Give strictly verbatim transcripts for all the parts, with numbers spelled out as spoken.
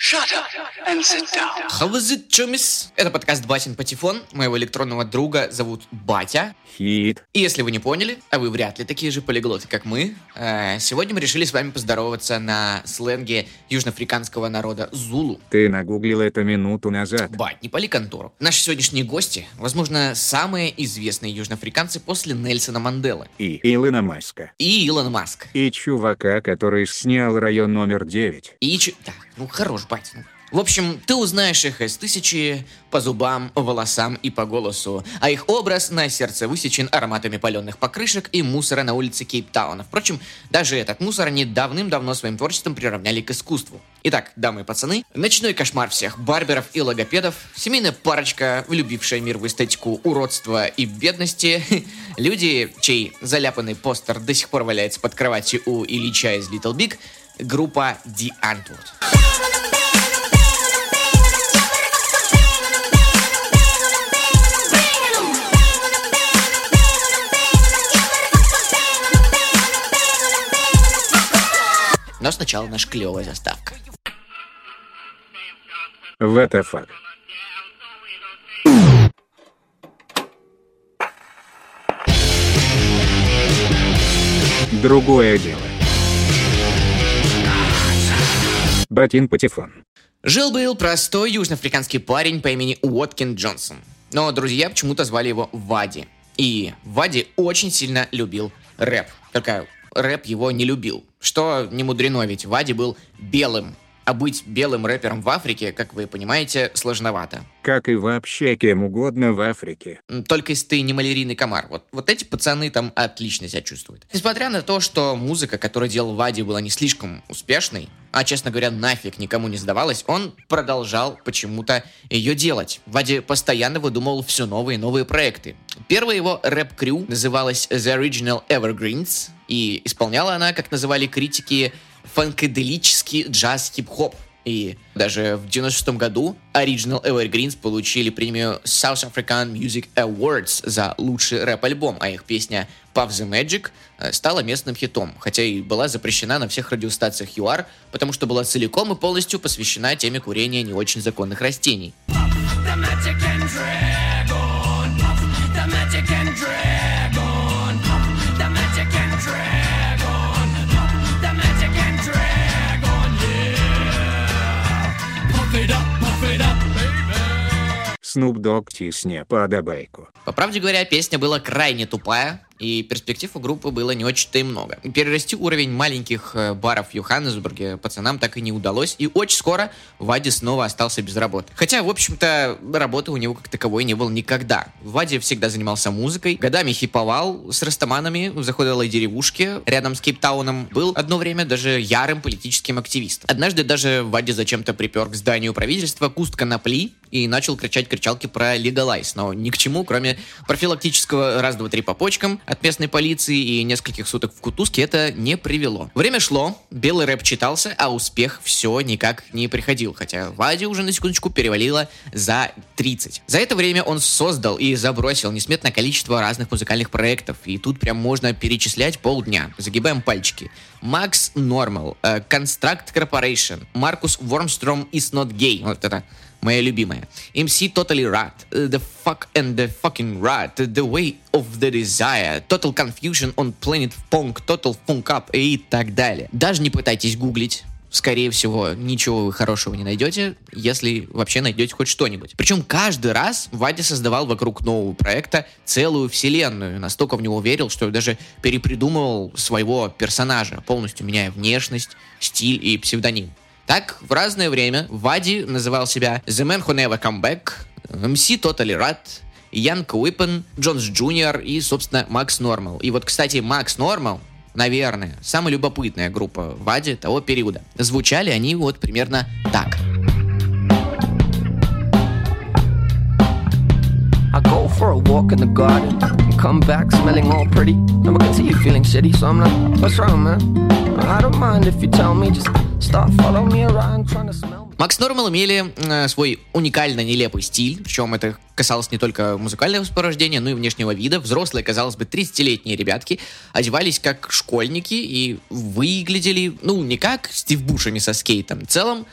Shut up and sit down. How is it, чумис? Это подкаст Батин Патефон. Моего электронного друга зовут Батя. Хит. И если вы не поняли, а вы вряд ли такие же полиглоты, как мы, э, сегодня мы решили с вами поздороваться на сленге южноафриканского народа Зулу. Ты нагуглил это минуту назад. Бать, не пали контору. Наши сегодняшние гости, возможно, самые известные южноафриканцы после Нельсона Манделы. И Илона Маска. И Илон Маск. И чувака, который снял район номер девять. И ч... Так, ну хорош, бать. Ну. В общем, ты узнаешь их из тысячи по зубам, волосам и по голосу, а их образ на сердце высечен ароматами паленых покрышек и мусора на улице Кейптауна. Впрочем, даже этот мусор они давным-давно своим творчеством приравняли к искусству. Итак, дамы и пацаны, ночной кошмар всех барберов и логопедов, семейная парочка, влюбившая мир в эстетику уродства и бедности, люди, чей заляпанный постер до сих пор валяется под кроватью у Ильича из Little Big, группа The Antwoord. Но сначала наша клевая заставка. What the fuck? Другое дело. Батин Патефон. Жил-был простой южноафриканский парень по имени Уоткин Джонсон. Но друзья почему-то звали его Вади. И Вади очень сильно любил рэп. Только рэп его не любил. Что не мудрено, ведь Вади был белым. А быть белым рэпером в Африке, как вы понимаете, сложновато. Как и вообще кем угодно в Африке. Только если ты не малярийный комар. Вот, вот эти пацаны там отлично себя чувствуют. Несмотря на то, что музыка, которую делал Вади, была не слишком успешной, а, честно говоря, нафиг никому не сдавалась, он продолжал почему-то ее делать. Вади постоянно выдумывал все новые и новые проекты. Первая его рэп-крю называлась The Original Evergreens, и исполняла она, как называли критики, фанкаделический джаз-хип-хоп. И даже в девяносто шестом году Original Evergreens получили премию South African Music Awards за лучший рэп-альбом, а их песня Puff the Magic стала местным хитом, хотя и была запрещена на всех радиостанциях ЮАР, потому что была целиком и полностью посвящена теме курения не очень законных растений. Snoop Dogg тисне подобайку. По правде говоря, песня была крайне тупая, и перспектив у группы было не очень-то и много. Перерасти уровень маленьких баров в Йоханнесбурге пацанам так и не удалось, и очень скоро Вади снова остался без работы. Хотя, в общем-то, работы у него как таковой не было никогда. Вади всегда занимался музыкой, годами хиповал с растаманами в захудалой деревушке рядом с Кейптауном, был одно время даже ярым политическим активистом. Однажды даже Вади зачем-то припер к зданию правительства куст конопли и начал кричать кричалки про легалайз, но ни к чему, кроме профилактического раз-два-три по почкам от местной полиции и нескольких суток в кутузке, это не привело. Время шло, белый рэп читался, а успех все никак не приходил, хотя Вади уже на секундочку перевалило за тридцать. За это время он создал и забросил несметное количество разных музыкальных проектов, и тут прям можно перечислять полдня. Загибаем пальчики. Max Normal, uh, Construct Corporation, Marcus Wormstrom is not gay. Вот это моя любимая. эм си Totally Rad, The Fuck and the Fucking Rad, The Way of the Desire, Total Confusion on Planet Funk, Total Funk Up и так далее. Даже не пытайтесь гуглить. Скорее всего, ничего вы хорошего не найдете, если вообще найдете хоть что-нибудь. Причем каждый раз Вади создавал вокруг нового проекта целую вселенную. Настолько в него верил, что даже перепридумывал своего персонажа, полностью меняя внешность, стиль и псевдоним. Так, в разное время Вади называл себя The Man Who Never Come Back, эм си Totally Rad, Young Weapon, Джонс Джуниор и, собственно, Max Normal. И вот, кстати, Max Normal, наверное, самая любопытная группа Вади того периода. Звучали они вот примерно так. I go for a walk in the garden and come back smelling all pretty. And I can see you feeling shitty, so I'm like, what's wrong, man? I don't mind if you tell me, just start following me around trying to smell me. Max Normal имели э, свой уникально нелепый стиль, причем это касалось не только музыкального сопровождения, но и внешнего вида. Взрослые, казалось бы, тридцатилетние ребятки одевались как школьники и выглядели, ну, не как Стив Бушеми со скейтом. В целом,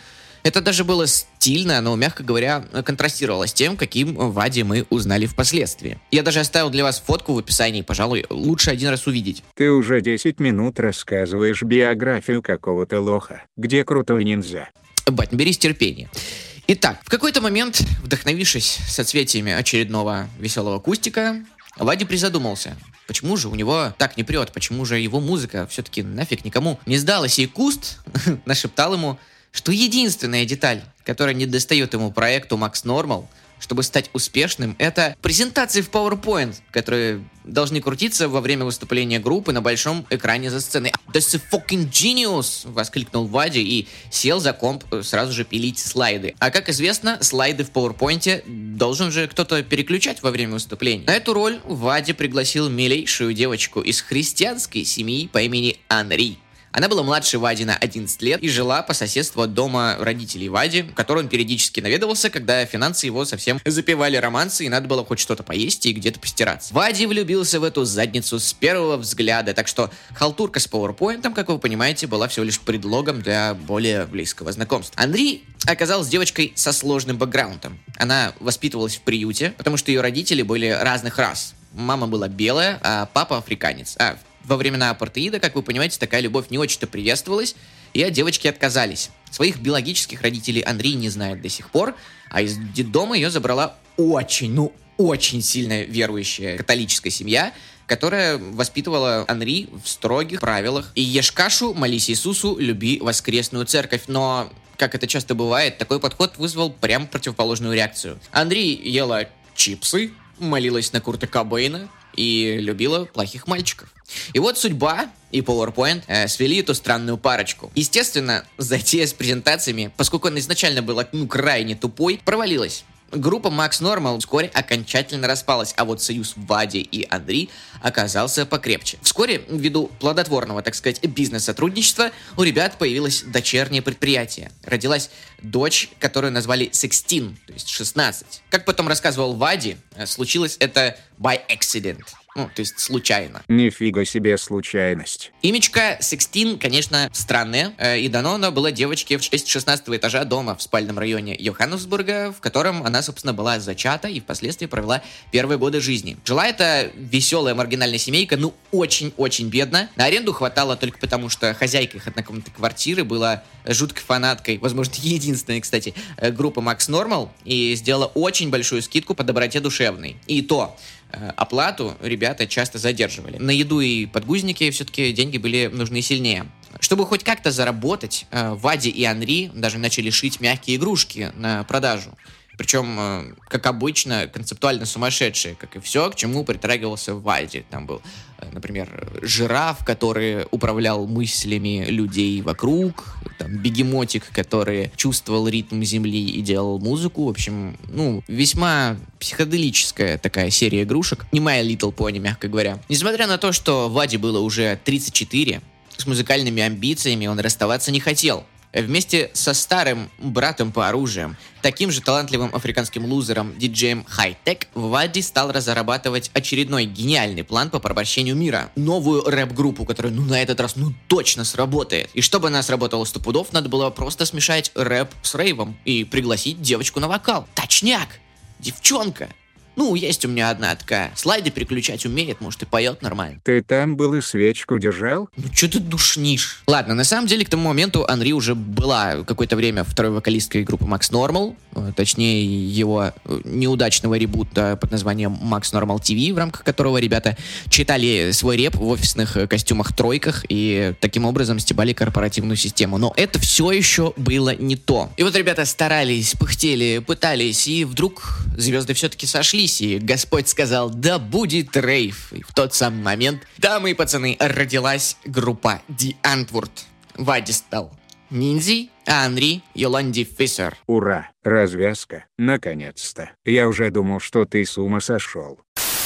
Это даже было стильно, но, мягко говоря, контрастировало с тем, каким Вади мы узнали впоследствии. Я даже оставил для вас фотку в описании, пожалуй, лучше один раз увидеть. Ты уже десять минут рассказываешь биографию какого-то лоха. Где крутой ниндзя? Бать, наберись терпения. Итак, в какой-то момент, вдохновившись соцветиями очередного веселого кустика, Вади призадумался. Почему же у него так не прет? Почему же его музыка все-таки нафиг никому не сдалась? И куст нашептал ему, что единственная деталь, которая не достает ему проекту Max Normal, чтобы стать успешным, это презентации в PowerPoint, которые должны крутиться во время выступления группы на большом экране за сценой. «That's a fucking genius!» — воскликнул Вади и сел за комп сразу же пилить слайды. А как известно, слайды в PowerPoint должен же кто-то переключать во время выступления. На эту роль Вади пригласил милейшую девочку из христианской семьи по имени Анри. Она была младше Вади на одиннадцать лет и жила по соседству от дома родителей Вади, в который он периодически наведывался, когда финансы его совсем запивали романсы и надо было хоть что-то поесть и где-то постираться. Вади влюбился в эту задницу с первого взгляда, так что халтурка с PowerPoint, как вы понимаете, была всего лишь предлогом для более близкого знакомства. Анри оказалась девочкой со сложным бэкграундом. Она воспитывалась в приюте, потому что ее родители были разных рас. Мама была белая, а папа африканец. А во времена апартеида, как вы понимаете, такая любовь не очень-то приветствовалась, и от девочки отказались. Своих биологических родителей Анри не знает до сих пор, а из детдома ее забрала очень, ну очень сильно верующая католическая семья, которая воспитывала Анри в строгих правилах. И ешь кашу, молись Иисусу, люби воскресную церковь. Но, как это часто бывает, такой подход вызвал прям противоположную реакцию. Анри ела чипсы, молилась на Курта Кобейна и любила плохих мальчиков. И вот судьба и PowerPoint э, свели эту странную парочку. Естественно, затея с презентациями, поскольку она изначально была ну, крайне тупой, провалилась. Группа Max Normal вскоре окончательно распалась, а вот союз Вади и Анри оказался покрепче. Вскоре, ввиду плодотворного, так сказать, бизнес-сотрудничества, у ребят появилось дочернее предприятие. Родилась дочь, которую назвали Sixteen, то есть шестнадцать. Как потом рассказывал Вади, случилось это by accident. Ну, то есть случайно. Нифига себе случайность. Имечко Sixteen, конечно, странное, э, и дано оно было девочке в честь шестнадцатого этажа дома в спальном районе Йоханнесбурга, в котором она, собственно, была зачата и впоследствии провела первые годы жизни. Жила эта веселая маргинальная семейка, ну, очень-очень бедно. На аренду хватало только потому, что хозяйка их однокомнатной квартиры была жуткой фанаткой, возможно, единственной, кстати, группы Max Normal, и сделала очень большую скидку по доброте душевной. И то оплату ребята часто задерживали. На еду и подгузники все-таки деньги были нужны сильнее. Чтобы хоть как-то заработать, Вади и Анри даже начали шить мягкие игрушки на продажу. Причем, как обычно, концептуально сумасшедшие, как и все, к чему притрагивался Вади. Там был, например, жираф, который управлял мыслями людей вокруг, там, бегемотик, который чувствовал ритм земли и делал музыку. В общем, ну, весьма психоделическая такая серия игрушек. Не My Little Pony, мягко говоря. Несмотря на то, что Вади было уже тридцать четыре, с музыкальными амбициями он расставаться не хотел. Вместе со старым братом по оружиям, таким же талантливым африканским лузером, диджеем Hi-Tech, Вади стал разрабатывать очередной гениальный план по порабощению мира. Новую рэп-группу, которая, ну, на этот раз, ну, точно сработает. И чтобы она сработала сто пудов, надо было просто смешать рэп с рейвом и пригласить девочку на вокал. Точняк! Девчонка! Ну, есть у меня одна такая. Слайды переключать умеет, может, и поет нормально. Ты там был и свечку держал? Ну, что ты душнишь? Ладно, на самом деле, к тому моменту Анри уже была какое-то время второй вокалисткой группы Max Normal. Точнее, его неудачного ребута под названием Max Normal ти ви, в рамках которого ребята читали свой реп в офисных костюмах-тройках и таким образом стебали корпоративную систему. Но это все еще было не то. И вот ребята старались, пыхтели, пытались, и вдруг звезды все-таки сошлись. И Господь сказал, да будет рейв. И в тот самый момент, дамы и пацаны, родилась группа The Antwoord. Вади стал ниндзей, а Анри Йоланди Фиссер. Ура, развязка, наконец-то. Я уже думал, что ты с ума сошел.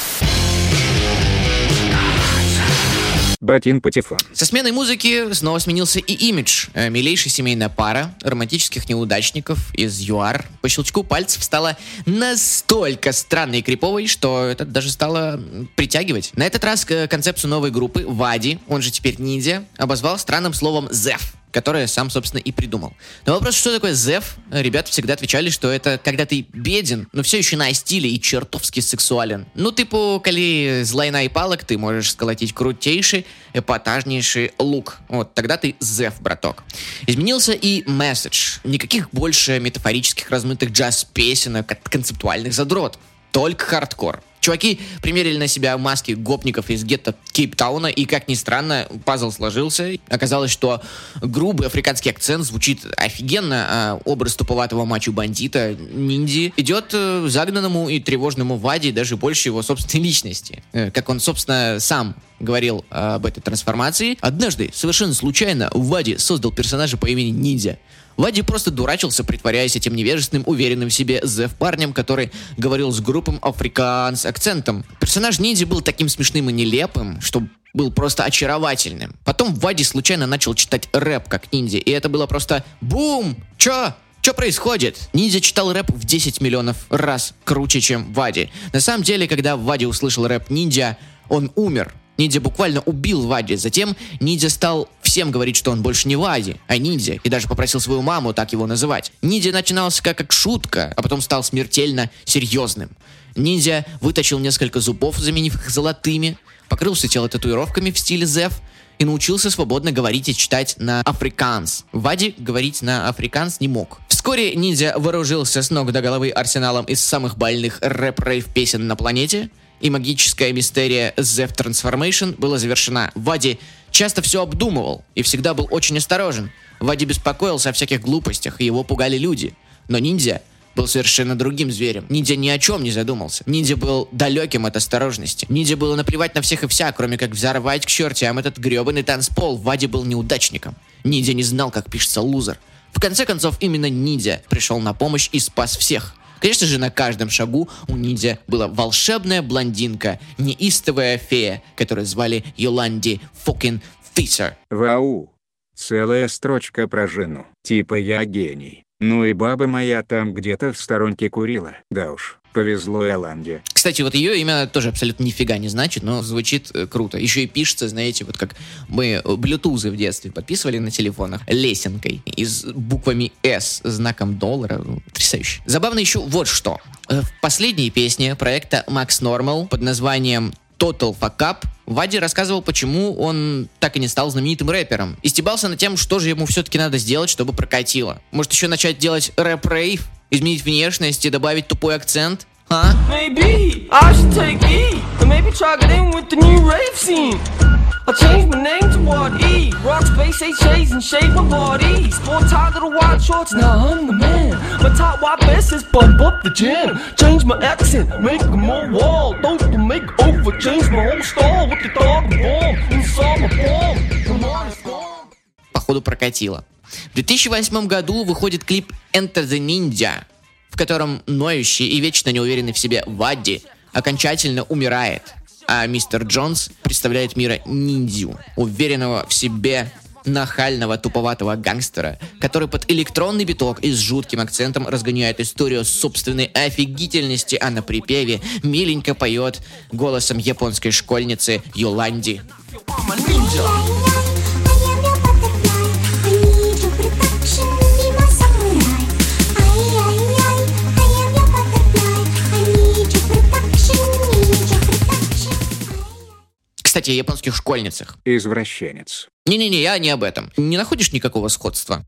Батин Патефон. Со сменой музыки снова сменился и имидж. Э, милейшая семейная пара романтических неудачников из ЮАР по щелчку пальцев стала настолько странной и криповой, что это даже стало притягивать. На этот раз концепцию новой группы Вади, он же теперь ниндзя, обозвал странным словом «зеф». которое сам, собственно, и придумал. На вопрос, что такое зев, ребята всегда отвечали, что это когда ты беден, но все еще на стиле и чертовски сексуален. Ну, типу, коли з лайна и палок ты можешь сколотить крутейший, эпатажнейший лук. Вот, тогда ты зев, браток. Изменился и месседж. Никаких больше метафорических размытых джаз-песенок от концептуальных задрот. Только хардкор. Чуваки примерили на себя маски гопников из гетто Кейптауна, и, как ни странно, пазл сложился. Оказалось, что грубый африканский акцент звучит офигенно, а образ туповатого мачо-бандита, ниндзи, идет э, загнанному и тревожному Вади даже больше его собственной личности. Э, как он, собственно, сам говорил э, об этой трансформации. Однажды, совершенно случайно, Вади создал персонажа по имени Ниндзя. Вади просто дурачился, притворяясь этим невежественным, уверенным в себе зев-парнем, который говорил с грубым африканс акцентом. Персонаж ниндзя был таким смешным и нелепым, что был просто очаровательным. Потом Вади случайно начал читать рэп как ниндзя, и это было просто бум! Чё? Что происходит? Ниндзя читал рэп в десять миллионов раз круче, чем Вади. На самом деле, когда Вади услышал рэп ниндзя, он умер. Ниндзя буквально убил Вади. Затем ниндзя стал всем говорить, что он больше не Вади, а ниндзя, и даже попросил свою маму так его называть. Ниндзя начинался как, как шутка, а потом стал смертельно серьезным. Ниндзя выточил несколько зубов, заменив их золотыми, покрылся тело татуировками в стиле зев и научился свободно говорить и читать на африканс. Вади говорить на африканс не мог. Вскоре ниндзя вооружился с ног до головы арсеналом из самых больных рэп-рейв песен на планете, и магическая мистерия Zev Transformation была завершена. Вади часто все обдумывал и всегда был очень осторожен. Вади беспокоился о всяких глупостях, и его пугали люди. Но ниндзя был совершенно другим зверем. Ниндзя ни о чем не задумался. Ниндзя был далеким от осторожности. Ниндзя было наплевать на всех и вся, кроме как взорвать к чертям этот гребаный танцпол. Вади был неудачником. Ниндзя не знал, как пишется лузер. В конце концов, именно ниндзя пришел на помощь и спас всех. Конечно же, на каждом шагу у ниндзя была волшебная блондинка, неистовая фея, которую звали Йоланди Фокин Фисер. Вау. Целая строчка про жену. Типа я гений. Ну и баба моя там где-то в сторонке курила. Да уж, повезло Йоланде. Кстати, вот ее имя тоже абсолютно нифига не значит, но звучит э, круто. Еще и пишется, знаете, вот как мы блютузы в детстве подписывали на телефонах лесенкой и с буквами S, знаком доллара. Потрясающе. Забавно еще вот что. В последней песне проекта Max Normal под названием Total Fuck Up Вади рассказывал, почему он так и не стал знаменитым рэпером. И стебался над тем, что же ему все-таки надо сделать, чтобы прокатило. Может, еще начать делать рэп-рейв? Изменить внешность и добавить тупой акцент? А? Maybe I should take E and maybe try get in with the new rave scene. I'll change my name to Ward E. Rock space H A's and shave my body. Sport tie little white shorts, now I'm the man. My top white vest is bump up the jam. Change my accent, make them more wall. Don't make over, change my whole style with the dog bomb inside my bomb. Come on, it's gone. Походу прокатило. В две тысячи восьмом году выходит клип Enter the Ninja, в котором ноющий и вечно неуверенный в себе Вади окончательно умирает, а мистер Джонс представляет мира ниндзю, уверенного в себе, нахального, туповатого гангстера, который под электронный биток и с жутким акцентом разгоняет историю собственной офигительности, а на припеве миленько поет голосом японской школьницы Йоланди. Кстати, о японских школьницах. Извращенец. Не-не-не, я не об этом. Не находишь никакого сходства?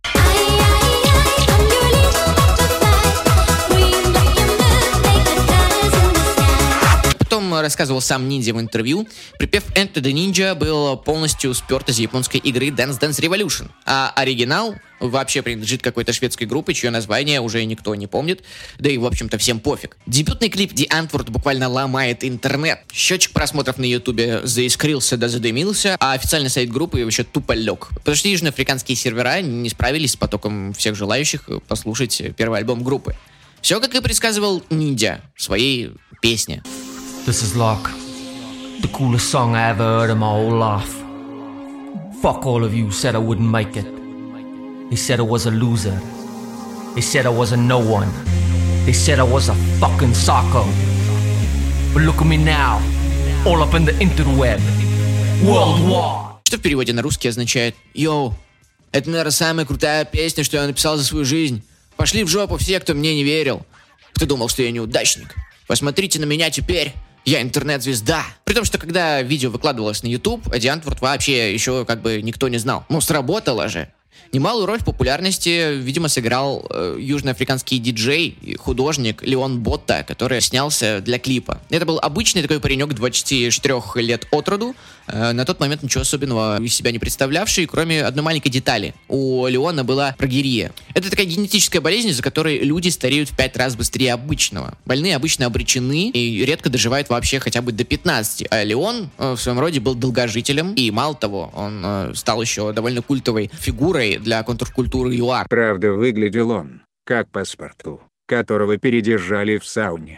Потом рассказывал сам ниндзя в интервью. Припев Enter the Ninja был полностью сперт из японской игры Dance Dance Revolution. А оригинал вообще принадлежит какой-то шведской группе, чье название уже никто не помнит. Да и, в общем-то, всем пофиг. Дебютный клип The Antwoord буквально ломает интернет. Счетчик просмотров на ютубе заискрился да задымился, а официальный сайт группы вообще тупо лег. Потому что южноафриканские сервера не справились с потоком всех желающих послушать первый альбом группы. Все, как и предсказывал ниндзя в своей песне. This is like the coolest song I ever heard in my whole life. Fuck all of you who said I wouldn't make it. They said I was a loser. They said I was a no one. They said I was a fucking psycho. But look at me now, all up in the interweb. Worldwide. Что в переводе на русский означает «Йоу, Это, наверное, самая крутая песня, что я написал за свою жизнь. Пошли в жопу все, кто мне не верил. Кто думал, что я неудачник. Посмотрите на меня теперь. Я интернет-звезда. При том, что когда видео выкладывалось на YouTube, Эдди Антворт вообще еще как бы никто не знал. Ну, сработало же. Немалую роль в популярности, видимо, сыграл э, южноафриканский диджей и художник Леон Ботта, который снялся для клипа. Это был обычный такой паренек двадцати четырёх лет от роду, э, на тот момент ничего особенного из себя не представлявший, кроме одной маленькой детали. У Леона была прогерия. Это такая генетическая болезнь, из-за которой люди стареют в пять раз быстрее обычного. Больные обычно обречены и редко доживают вообще хотя бы до пятнадцати, а Леон э, в своем роде был долгожителем, и мало того, он э, стал еще довольно культовой фигурой для контркультуры ЮАР. Правда, выглядел он как паспорту, которого передержали в сауне.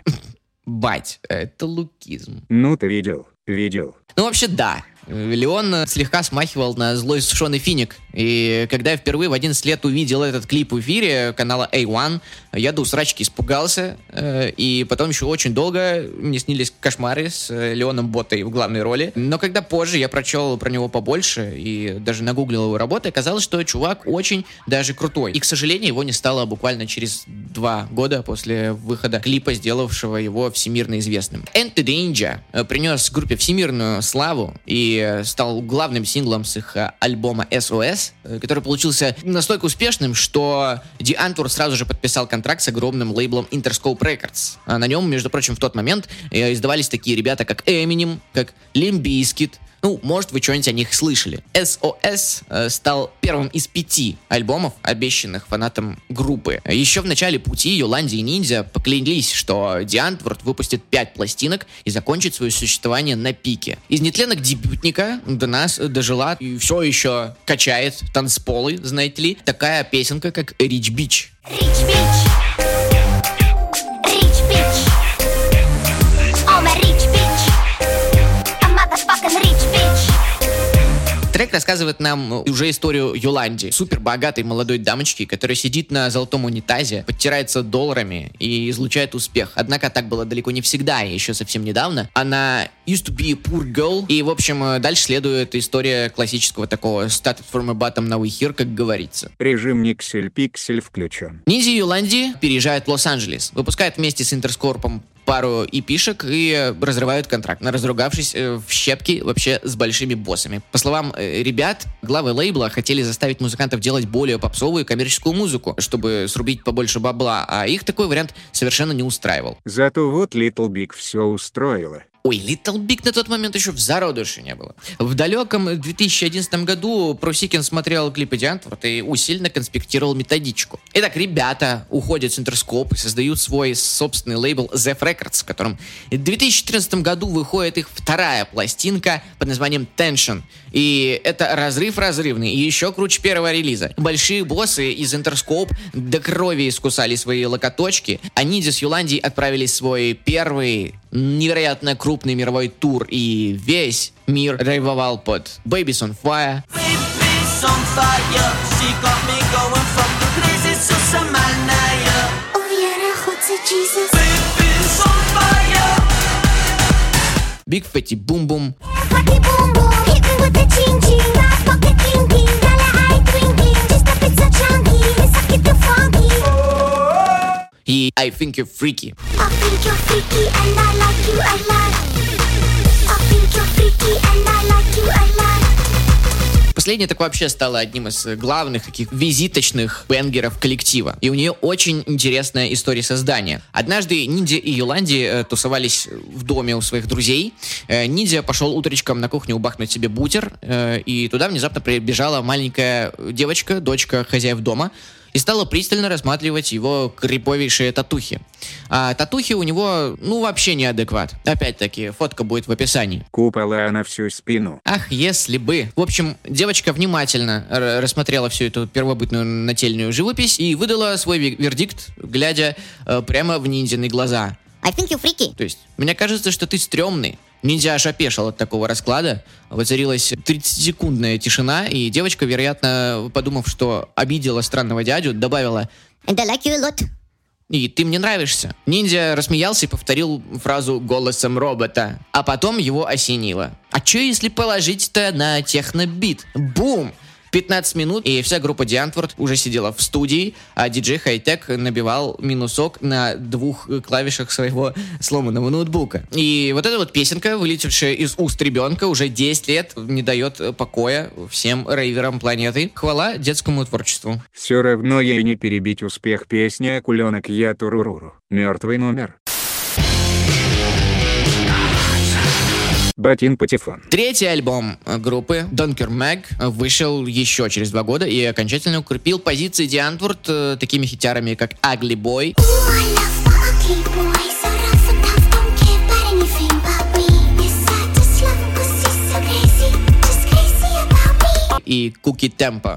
Бать, это лукизм. Ну ты видел, видел. Ну вообще да. Леон слегка смахивал на злой сушеный финик. И когда я впервые в одиннадцать лет увидел этот клип в эфире канала эй один, я до усрачки испугался. И потом еще очень долго мне снились кошмары с Леоном Боттой в главной роли. Но когда позже я прочел про него побольше и даже нагуглил его работы, оказалось, что чувак очень даже крутой. И, к сожалению, его не стало буквально через два года после выхода клипа, сделавшего его всемирно известным. Enter Danger принес группе всемирную славу и стал главным синглом с их альбома эс о эс, который получился настолько успешным, что Эдди Антворт сразу же подписал контракт с огромным лейблом Interscope Records. А на нем, между прочим, в тот момент издавались такие ребята, как Eminem, как Limp Bizkit. Ну, может, вы что-нибудь о них слышали. эс о эс э, стал первым из пяти альбомов, обещанных фанатам группы. Еще в начале пути Йоланди и Ниндзя поклялись, что Эдди Антворт выпустит пять пластинок и закончит свое существование на пике. Из нетленок дебютника до нас дожила и все еще качает танцполы, знаете ли, такая песенка, как «Rich Bitch». Rich bitch. Rich bitch. I'm a rich bitch. A motherfucking rich bitch. Трек рассказывает нам уже историю Йоланди, супер богатой молодой дамочки, которая сидит на золотом унитазе, подтирается долларами и излучает успех. Однако так было далеко не всегда, и еще совсем недавно. Она used to be a poor girl, и, в общем, дальше следует история классического такого started from a bottom, now we're here, как говорится. Режим никсель-пиксель включен. Ниндзя и Йоланди переезжают в Лос-Анджелес, выпускают вместе с Интерскорпом пару эпишек и разрывают контракт, разругавшись э, в щепки вообще с большими боссами. По словам э, ребят, главы лейбла хотели заставить музыкантов делать более попсовую коммерческую музыку, чтобы срубить побольше бабла, а их такой вариант совершенно не устраивал. Зато вот Little Big все устроило. Ой, Little Big на тот момент еще в зародыше не было. В далеком две тысячи одиннадцатом году Прусикин смотрел клипы Эдди Антворта и усиленно конспектировал методичку. Итак, ребята уходят с Interscope и создают свой собственный лейбл Zeph Records, в котором в две тысячи четырнадцатом году выходит их вторая пластинка под названием Tension. И это разрыв разрывный, и еще круче первого релиза. Большие боссы из Interscope до крови искусали свои локоточки, а Ниндзя с Йоланди отправились в свой первый невероятно крупный мировой тур, и весь мир рейвовал под Babies on Fire. Baby's on fire, she got me going from the places to Samanaya. Oh yeah, хочется Jesus. Baby's on fire. Big Fatty Boom Boom. Fatty boom boom, hit me with the ching ching. My pocket king king, dollar eye twinkling. Just a bit so chunky, it's a bit too funky. И I Think You're Freaky. I think you're freaky and I like you a lot. I think you're freaky and I like you a lot. Последняя так вообще стала одним из главных таких визиточных бенгеров коллектива. И у нее очень интересная история создания. Однажды Ниндзя и Йоланди э, тусовались в доме у своих друзей. Э, Ниндзя пошел утречком на кухню бахнуть себе бутер, э, и туда внезапно прибежала маленькая девочка, дочка хозяев дома, и стала пристально рассматривать его криповейшие татухи. А татухи у него, ну, вообще неадекват. Опять-таки, фотка будет в описании. Купола на всю спину. Ах, если бы. В общем, девочка внимательно р- рассмотрела всю эту первобытную нательную живопись и выдала свой ве- вердикт, глядя э, прямо в Ниндзины глаза. I think you're freaky. То есть, мне кажется, что ты стрёмный. Ниндзя аж опешил от такого расклада. Воцарилась тридцатисекундная тишина, и девочка, вероятно, подумав, что обидела странного дядю, добавила: And I like you a lot. «И ты мне нравишься». Ниндзя рассмеялся и повторил фразу голосом робота. А потом его осенило. А чё, если положить-то на технобит? Бум! пятнадцать минут, и вся группа Die Antwoord уже сидела в студии, а диджей Хай-Тек набивал минусок на двух клавишах своего сломанного ноутбука. И вот эта вот песенка, вылетевшая из уст ребенка, уже десять лет не дает покоя всем рейверам планеты. Хвала детскому творчеству. Все равно ей не перебить успех песни «Акуленок я туруруру». Мертвый номер. Ботин Патефон. Третий альбом группы Donker Mag вышел еще через два года и окончательно укрепил позиции Die Antwoord э, такими хитярами, как Ugly Boy Ooh, I love my ugly boy. So rough, sometimes don't care about anything but me. Yes, I just love 'cause he's so crazy, just crazy about me. и Cookie Tempo.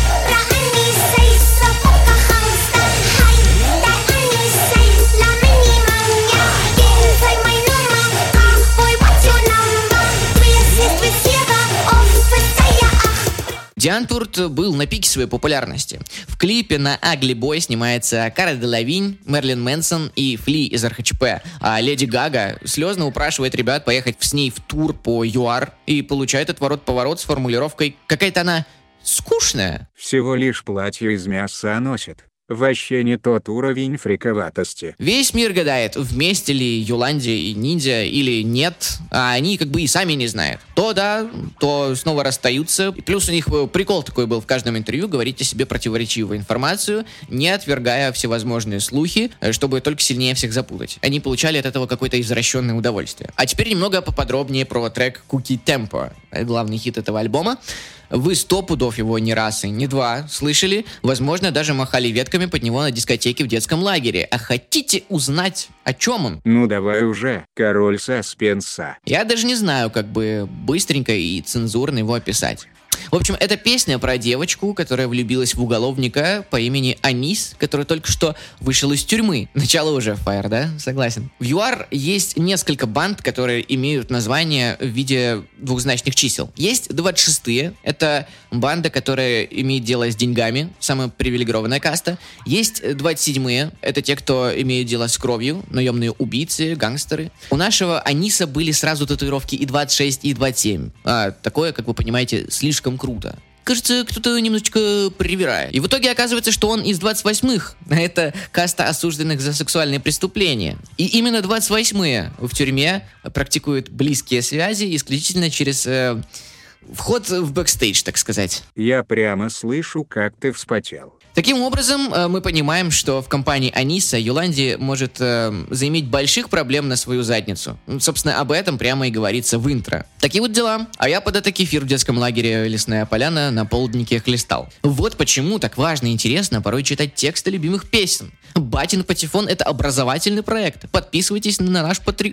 Die Antwoord был на пике своей популярности. В клипе на Ugly Boy снимается Кара Делавинь, Мерлин Мэнсон и Фли из эр эйч пи, а Леди Гага слезно упрашивает ребят поехать с ней в тур по ЮАР и получает отворот-поворот с формулировкой «какая-то она скучная». Всего лишь платье из мяса носит. Вообще не тот уровень фриковатости. Весь мир гадает, вместе ли Юланди и Ниндзя или нет, а они как бы и сами не знают. То да, то снова расстаются. И плюс у них прикол такой был в каждом интервью: говорить о себе противоречивую информацию, не отвергая всевозможные слухи, чтобы только сильнее всех запутать. Они получали от этого какое-то извращенное удовольствие. А теперь немного поподробнее про трек Cookie Tempo, главный хит этого альбома. Вы сто пудов его ни раз и ни два слышали, возможно, даже махали ветками под него на дискотеке в детском лагере. А хотите узнать, о чем он? Ну давай уже, король саспенса. Я даже не знаю, как бы быстренько и цензурно его описать. В общем, это песня про девочку, которая влюбилась в уголовника по имени Анис, который только что вышел из тюрьмы. Начало уже фаер, да? Согласен. В ЮАР есть несколько банд, которые имеют название в виде двухзначных чисел. Есть двадцать шестые. Это банда, которая имеет дело с деньгами, самая привилегированная каста. Есть двадцать седьмые. Это те, кто имеет дело с кровью, наемные убийцы, гангстеры. У нашего Аниса были сразу татуировки и двадцать шесть, и двадцать семь. А такое, как вы понимаете, слишком круто. Кажется, кто-то немножечко привирает. И в итоге оказывается, что он из двадцать восьмых. Это каста осужденных за сексуальные преступления. И именно двадцать восьмые в тюрьме практикуют близкие связи исключительно через э, вход в бэкстейдж, так сказать. Я прямо слышу, как ты вспотел. Таким образом, э, мы понимаем, что в компании Аниса Юланди может э, заиметь больших проблем на свою задницу. Ну, собственно, об этом прямо и говорится в интро. Такие вот дела. А я под это кефир в детском лагере «Лесная поляна» на полднике хлестал. Вот почему так важно и интересно порой читать тексты любимых песен. Батин Патефон — это образовательный проект. Подписывайтесь на наш патри...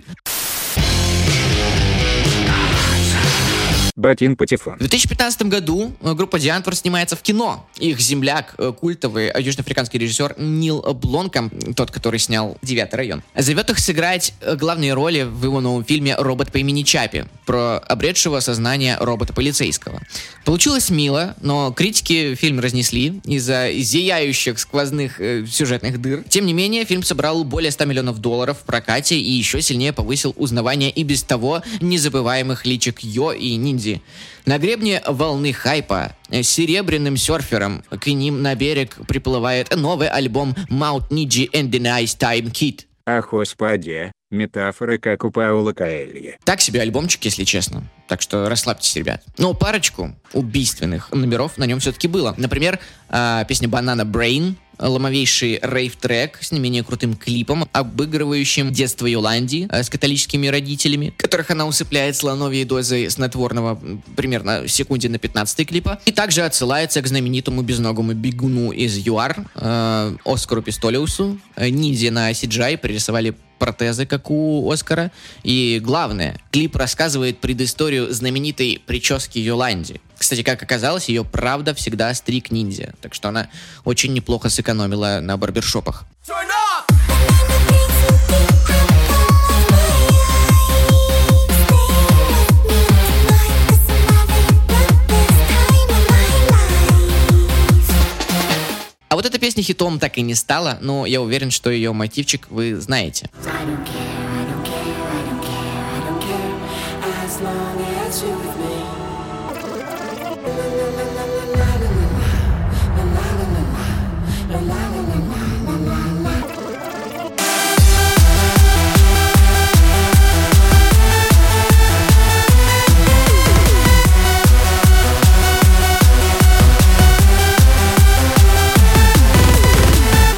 Ботин Патефон. В две тысячи пятнадцатом году группа Die Antwoord снимается в кино. Их земляк, культовый южноафриканский режиссер Нил Бломкам, тот, который снял «Девятый район», зовет их сыграть главные роли в его новом фильме «Робот по имени Чапи», про обретшего сознание робота-полицейского. Получилось мило, но критики фильм разнесли из-за зияющих сквозных э, сюжетных дыр. Тем не менее, фильм собрал более ста миллионов долларов в прокате и еще сильнее повысил узнавание и без того незабываемых личек Йо и Ниндзи. На гребне волны хайпа серебряным серфером к ним на берег приплывает новый альбом Mount Niji and the Nice Time Kid. Ах, господи, метафоры, как у Паула Коэльо. Так себе альбомчик, если честно. Так что расслабьтесь, ребят. Но парочку убийственных номеров на нем все-таки было. Например, э, песня Banana Brain, ломовейший рейв-трек с не менее крутым клипом, обыгрывающим детство Юланди э, с католическими родителями, которых она усыпляет слоновьей дозой снотворного примерно в секунде на пятнадцатой клипа. И также отсылается к знаменитому безногому бегуну из ЮАР, э, Оскару Пистолиусу. Э, Ниндзя на си джи ай пририсовали протезы, как у Оскара. И главное, клип рассказывает предысторию знаменитой прически Юланди. Кстати, как оказалось, ее правда всегда стриг ниндзя. Так что она очень неплохо сэкономила на барбершопах. А вот эта песня хитом так и не стала, но я уверен, что ее мотивчик вы знаете. As long as you're with me.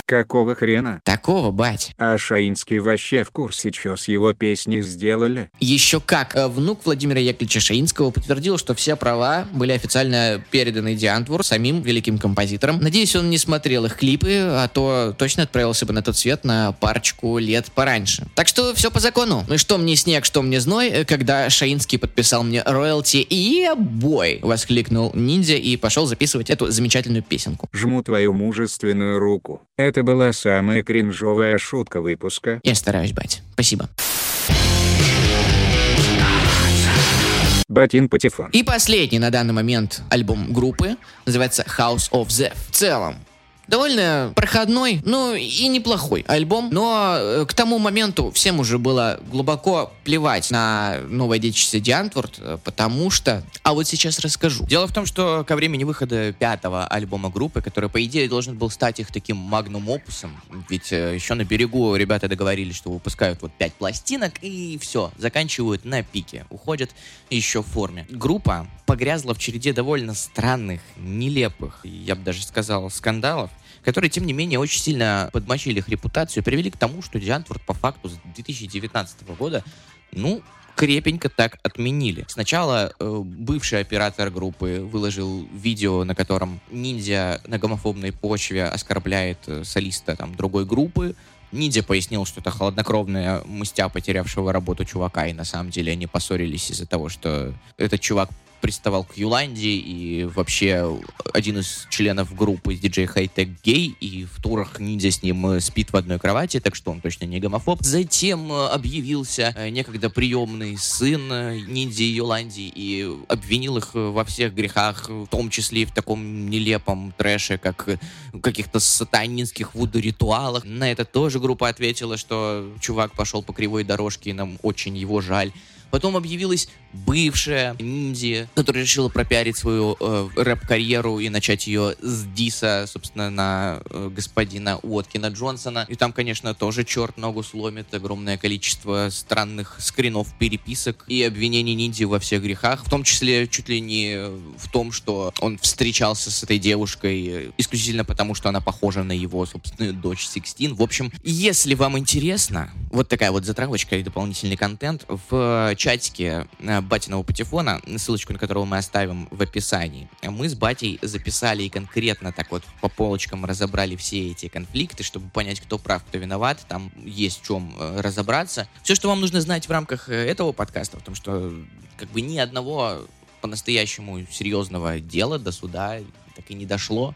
Какого хрена? Такого, бать. А Шаинский вообще в курсе, что с его песней сделали? Еще как. Э, Внук Владимира Яковлевича Шаинского подтвердил, что все права были официально переданы Ди Антвур самим великим композитором. Надеюсь, он не смотрел их клипы, а то точно отправился бы на тот свет на парочку лет пораньше. Так что все по закону. Ну и что мне снег, что мне зной, когда Шаинский подписал мне роялти, и бой! Воскликнул ниндзя и пошел записывать эту замечательную песенку. Жму твою мужественную руку. Это была самая кринжовая шутка выпуска. Я стараюсь, бать. Спасибо. Батин Патефон. И последний на данный момент альбом группы называется House of Zef. В целом, довольно проходной, ну и неплохой альбом, но э, к тому моменту всем уже было глубоко плевать на новое детище Ди Антвур, э, потому что... А вот сейчас расскажу. Дело в том, что ко времени выхода пятого альбома группы, который, по идее, должен был стать их таким магнум-опусом, ведь э, еще на берегу ребята договорились, что выпускают вот пять пластинок, и все, заканчивают на пике, уходят еще в форме. Группа погрязла в череде довольно странных, нелепых, я бы даже сказал, скандалов, которые, тем не менее, очень сильно подмочили их репутацию и привели к тому, что Ди Антвур по факту с две тысячи девятнадцатого года, ну, крепенько так отменили. Сначала э, бывший оператор группы выложил видео, на котором ниндзя на гомофобной почве оскорбляет э, солиста там, другой группы. Ниндзя пояснил, что это хладнокровная мстя потерявшего работу чувака, и на самом деле они поссорились из-за того, что этот чувак приставал к Юланде, и вообще один из членов группы из диджей Хай-Тек гей, и в турах ниндзя с ним спит в одной кровати, так что он точно не гомофоб. Затем объявился некогда приемный сын ниндзя и Юланди и обвинил их во всех грехах, в том числе и в таком нелепом трэше, как каких-то сатанинских вуду-ритуалах. На это тоже группа ответила, что чувак пошел по кривой дорожке, и нам очень его жаль. Потом объявилась бывшая ниндзя, которая решила пропиарить свою э, рэп-карьеру и начать ее с диса, собственно, на э, господина Уоткина Джонсона. И там, конечно, тоже черт ногу сломит. Огромное количество странных скринов, переписок и обвинений ниндзя во всех грехах. В том числе чуть ли не в том, что он встречался с этой девушкой исключительно потому, что она похожа на его собственную дочь Сикстин. В общем, если вам интересно, вот такая вот затравочка и дополнительный контент в чатике Батиного Патефона, ссылочку на которого мы оставим в описании. Мы с Батей записали и конкретно так вот по полочкам разобрали все эти конфликты, чтобы понять, кто прав, кто виноват. Там есть в чем разобраться. Все, что вам нужно знать в рамках этого подкаста, в том, что как бы ни одного по-настоящему серьезного дела до суда так и не дошло.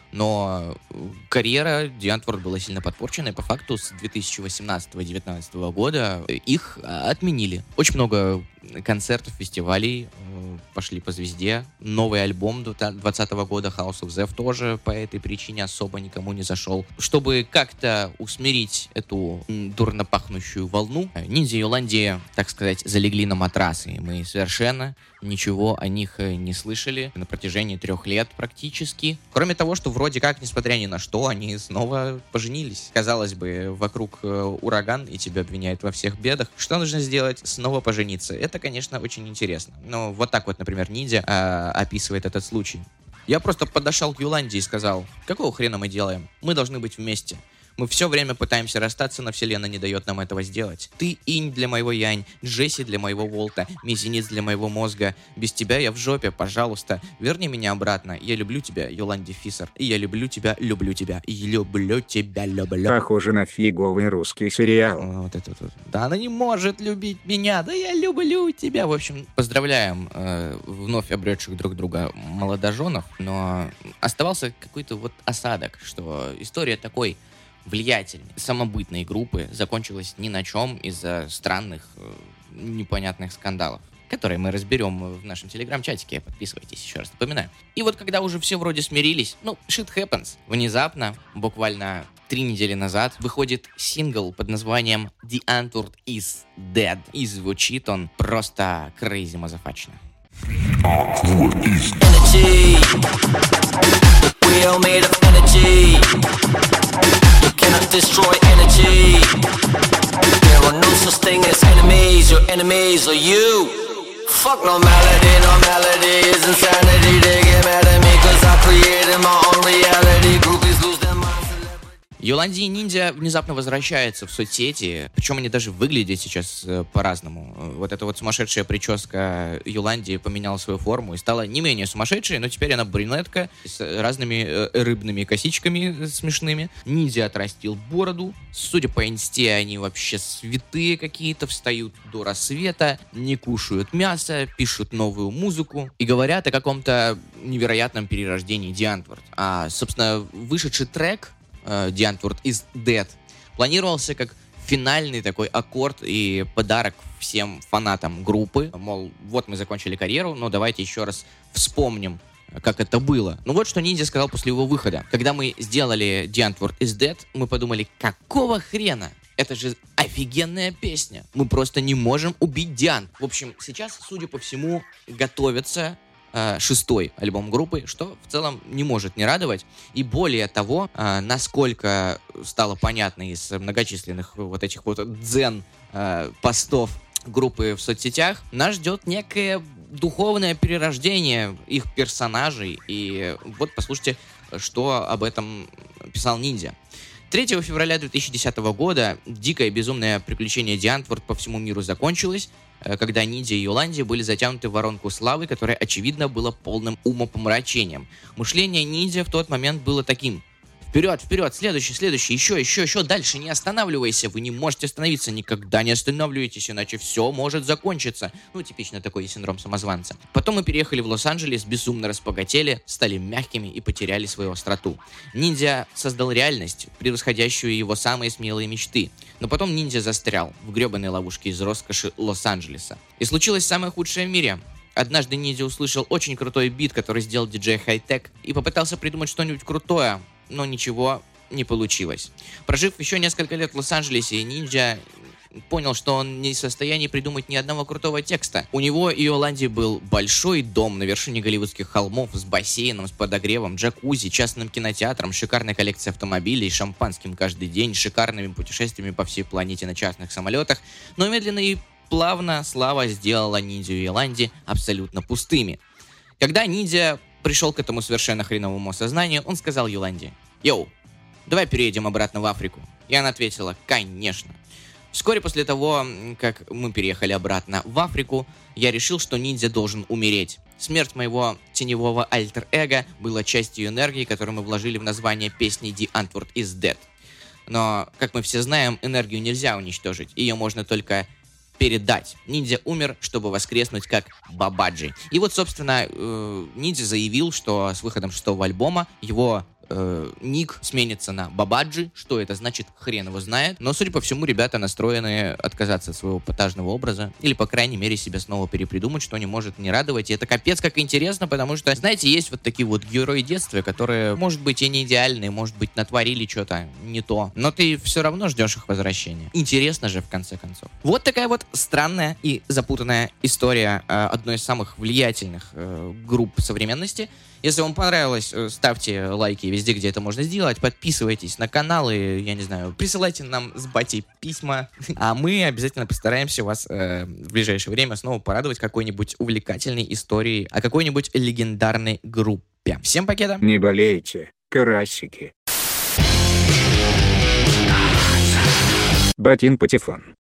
Но карьера Ди Антвур была сильно подпорчена, и по факту с две тысячи восемнадцатого - две тысячи девятнадцатого года их отменили. Очень много концертов, фестивалей э, пошли по звезде. Новый альбом две тысячи двадцатого года House of Zef тоже по этой причине особо никому не зашел. Чтобы как-то усмирить эту дурно пахнущую волну, ниндзя Юланди, так сказать, залегли на матрасы. Мы совершенно ничего о них не слышали на протяжении трех лет практически. Кроме того, что вроде как, несмотря ни на что, они снова поженились. Казалось бы, вокруг э, ураган, и тебя обвиняют во всех бедах. Что нужно сделать? Снова пожениться. Это, конечно, очень интересно. Но вот так вот, например, ниндзя э, описывает этот случай. Я просто подошел к Юланде и сказал: какого хрена мы делаем? Мы должны быть вместе. Мы все время пытаемся расстаться, но вселенная не дает нам этого сделать. Ты инь для моего янь, Джесси для моего волта, мизинец для моего мозга. Без тебя я в жопе, пожалуйста, верни меня обратно. Я люблю тебя, Юланди Фисер. И я люблю тебя, люблю тебя. И люблю тебя, люблю. Похоже на фиговый русский сериал. Вот это вот. Да она не может любить меня, да я люблю тебя. В общем, поздравляем э, вновь обретших друг друга молодоженов, но оставался какой-то вот осадок, что история такой влиятельной, самобытной группы закончилась ни на чем из-за странных, э, непонятных скандалов, которые мы разберем в нашем телеграм-чатике. Подписывайтесь, еще раз напоминаю. И вот когда уже все вроде смирились, ну, shit happens. Внезапно, буквально три недели назад, выходит сингл под названием Ди Антвур is Dead. И звучит он просто crazy мазафачно. Energy. We all made of energy. You cannot destroy energy. There are no such thing as enemies. Your enemies are you. Fuck normality, normality is insanity. They get mad at me cause I created my own reality. Groupies lose their minds. Йоланди и Ниндзя внезапно возвращаются в соцсети, причем они даже выглядят сейчас э, по-разному. Вот эта вот сумасшедшая прическа Йоланди поменяла свою форму и стала не менее сумасшедшей, но теперь она брюнетка с разными э, рыбными косичками смешными. Ниндзя отрастил бороду. Судя по инсте, они вообще святые какие-то, встают до рассвета, не кушают мясо, пишут новую музыку и говорят о каком-то невероятном перерождении The Antwoord. А, собственно, вышедший трек The Antwoord is Dead планировался как финальный такой аккорд и подарок всем фанатам группы. Мол, вот мы закончили карьеру, но давайте еще раз вспомним, как это было. Ну вот что Ниндзя сказал после его выхода. Когда мы сделали The Antwoord is Dead, мы подумали, какого хрена? Это же офигенная песня. Мы просто не можем убить Диан. В общем, сейчас, судя по всему, готовится шестой альбом группы, что в целом не может не радовать. И более того, насколько стало понятно из многочисленных вот этих вот дзен-постов группы в соцсетях, нас ждет некое духовное перерождение их персонажей. И вот послушайте, что об этом писал Ниндзя. третьего февраля две тысячи десятого года дикое безумное приключение The Antwoord по всему миру закончилось, когда Ниндзя и Йоланди были затянуты в воронку славы, которая, очевидно, была полным умопомрачением. Мышление Ниндзя в тот момент было таким: вперед, вперед, следующий, следующий, еще, еще, еще, дальше, не останавливайся, вы не можете остановиться, никогда не останавливайтесь, иначе все может закончиться. Ну, типично такой синдром самозванца. Потом мы переехали в Лос-Анджелес, безумно распогатели, стали мягкими и потеряли свою остроту. Ниндзя создал реальность, превосходящую его самые смелые мечты. Но потом Ниндзя застрял в гребаной ловушке из роскоши Лос-Анджелеса. И случилось самое худшее в мире. Однажды Ниндзя услышал очень крутой бит, который сделал диджей Хай-Тек, и попытался придумать что-нибудь крутое, но ничего не получилось. Прожив еще несколько лет в Лос-Анджелесе, Ниндзя понял, что он не в состоянии придумать ни одного крутого текста. У него и Йоланди был большой дом на вершине голливудских холмов с бассейном, с подогревом, джакузи, частным кинотеатром, шикарной коллекцией автомобилей, шампанским каждый день, шикарными путешествиями по всей планете на частных самолетах. Но медленно и плавно слава сделала Ниндзю и Йоланди абсолютно пустыми. Когда Ниндзя пришел к этому совершенно хреновому осознанию, он сказал Йоланди: «Йоу, давай переедем обратно в Африку». И она ответила: «Конечно». Вскоре после того, как мы переехали обратно в Африку, я решил, что Ниндзя должен умереть. Смерть моего теневого альтер-эго была частью энергии, которую мы вложили в название песни The Antwoord is Dead. Но, как мы все знаем, энергию нельзя уничтожить, ее можно только передать. Ниндзя умер, чтобы воскреснуть как Бабаджи. И вот, собственно, э, Ниндзя заявил, что с выходом шестого альбома его э, ник сменится на Бабаджи. Что это значит, хрен его знает. Но, судя по всему, ребята настроены отказаться от своего эпатажного образа. Или, по крайней мере, себя снова перепридумать, что не может не радовать. И это капец как интересно, потому что, знаете, есть вот такие вот герои детства, которые, может быть, и не идеальные, может быть, натворили что-то не то. Но ты все равно ждешь их возвращения. Интересно же, в конце концов. Вот такая вот странная и запутанная история э, одной из самых влиятельных э, групп современности. Если вам понравилось, ставьте лайки везде, где это можно сделать. Подписывайтесь на каналы, я не знаю, присылайте нам с батей письма. А мы обязательно постараемся вас э, в ближайшее время снова порадовать какой-нибудь увлекательной историей о какой-нибудь легендарной группе. Всем покеда! Не болейте, карасики. Батин Патефон.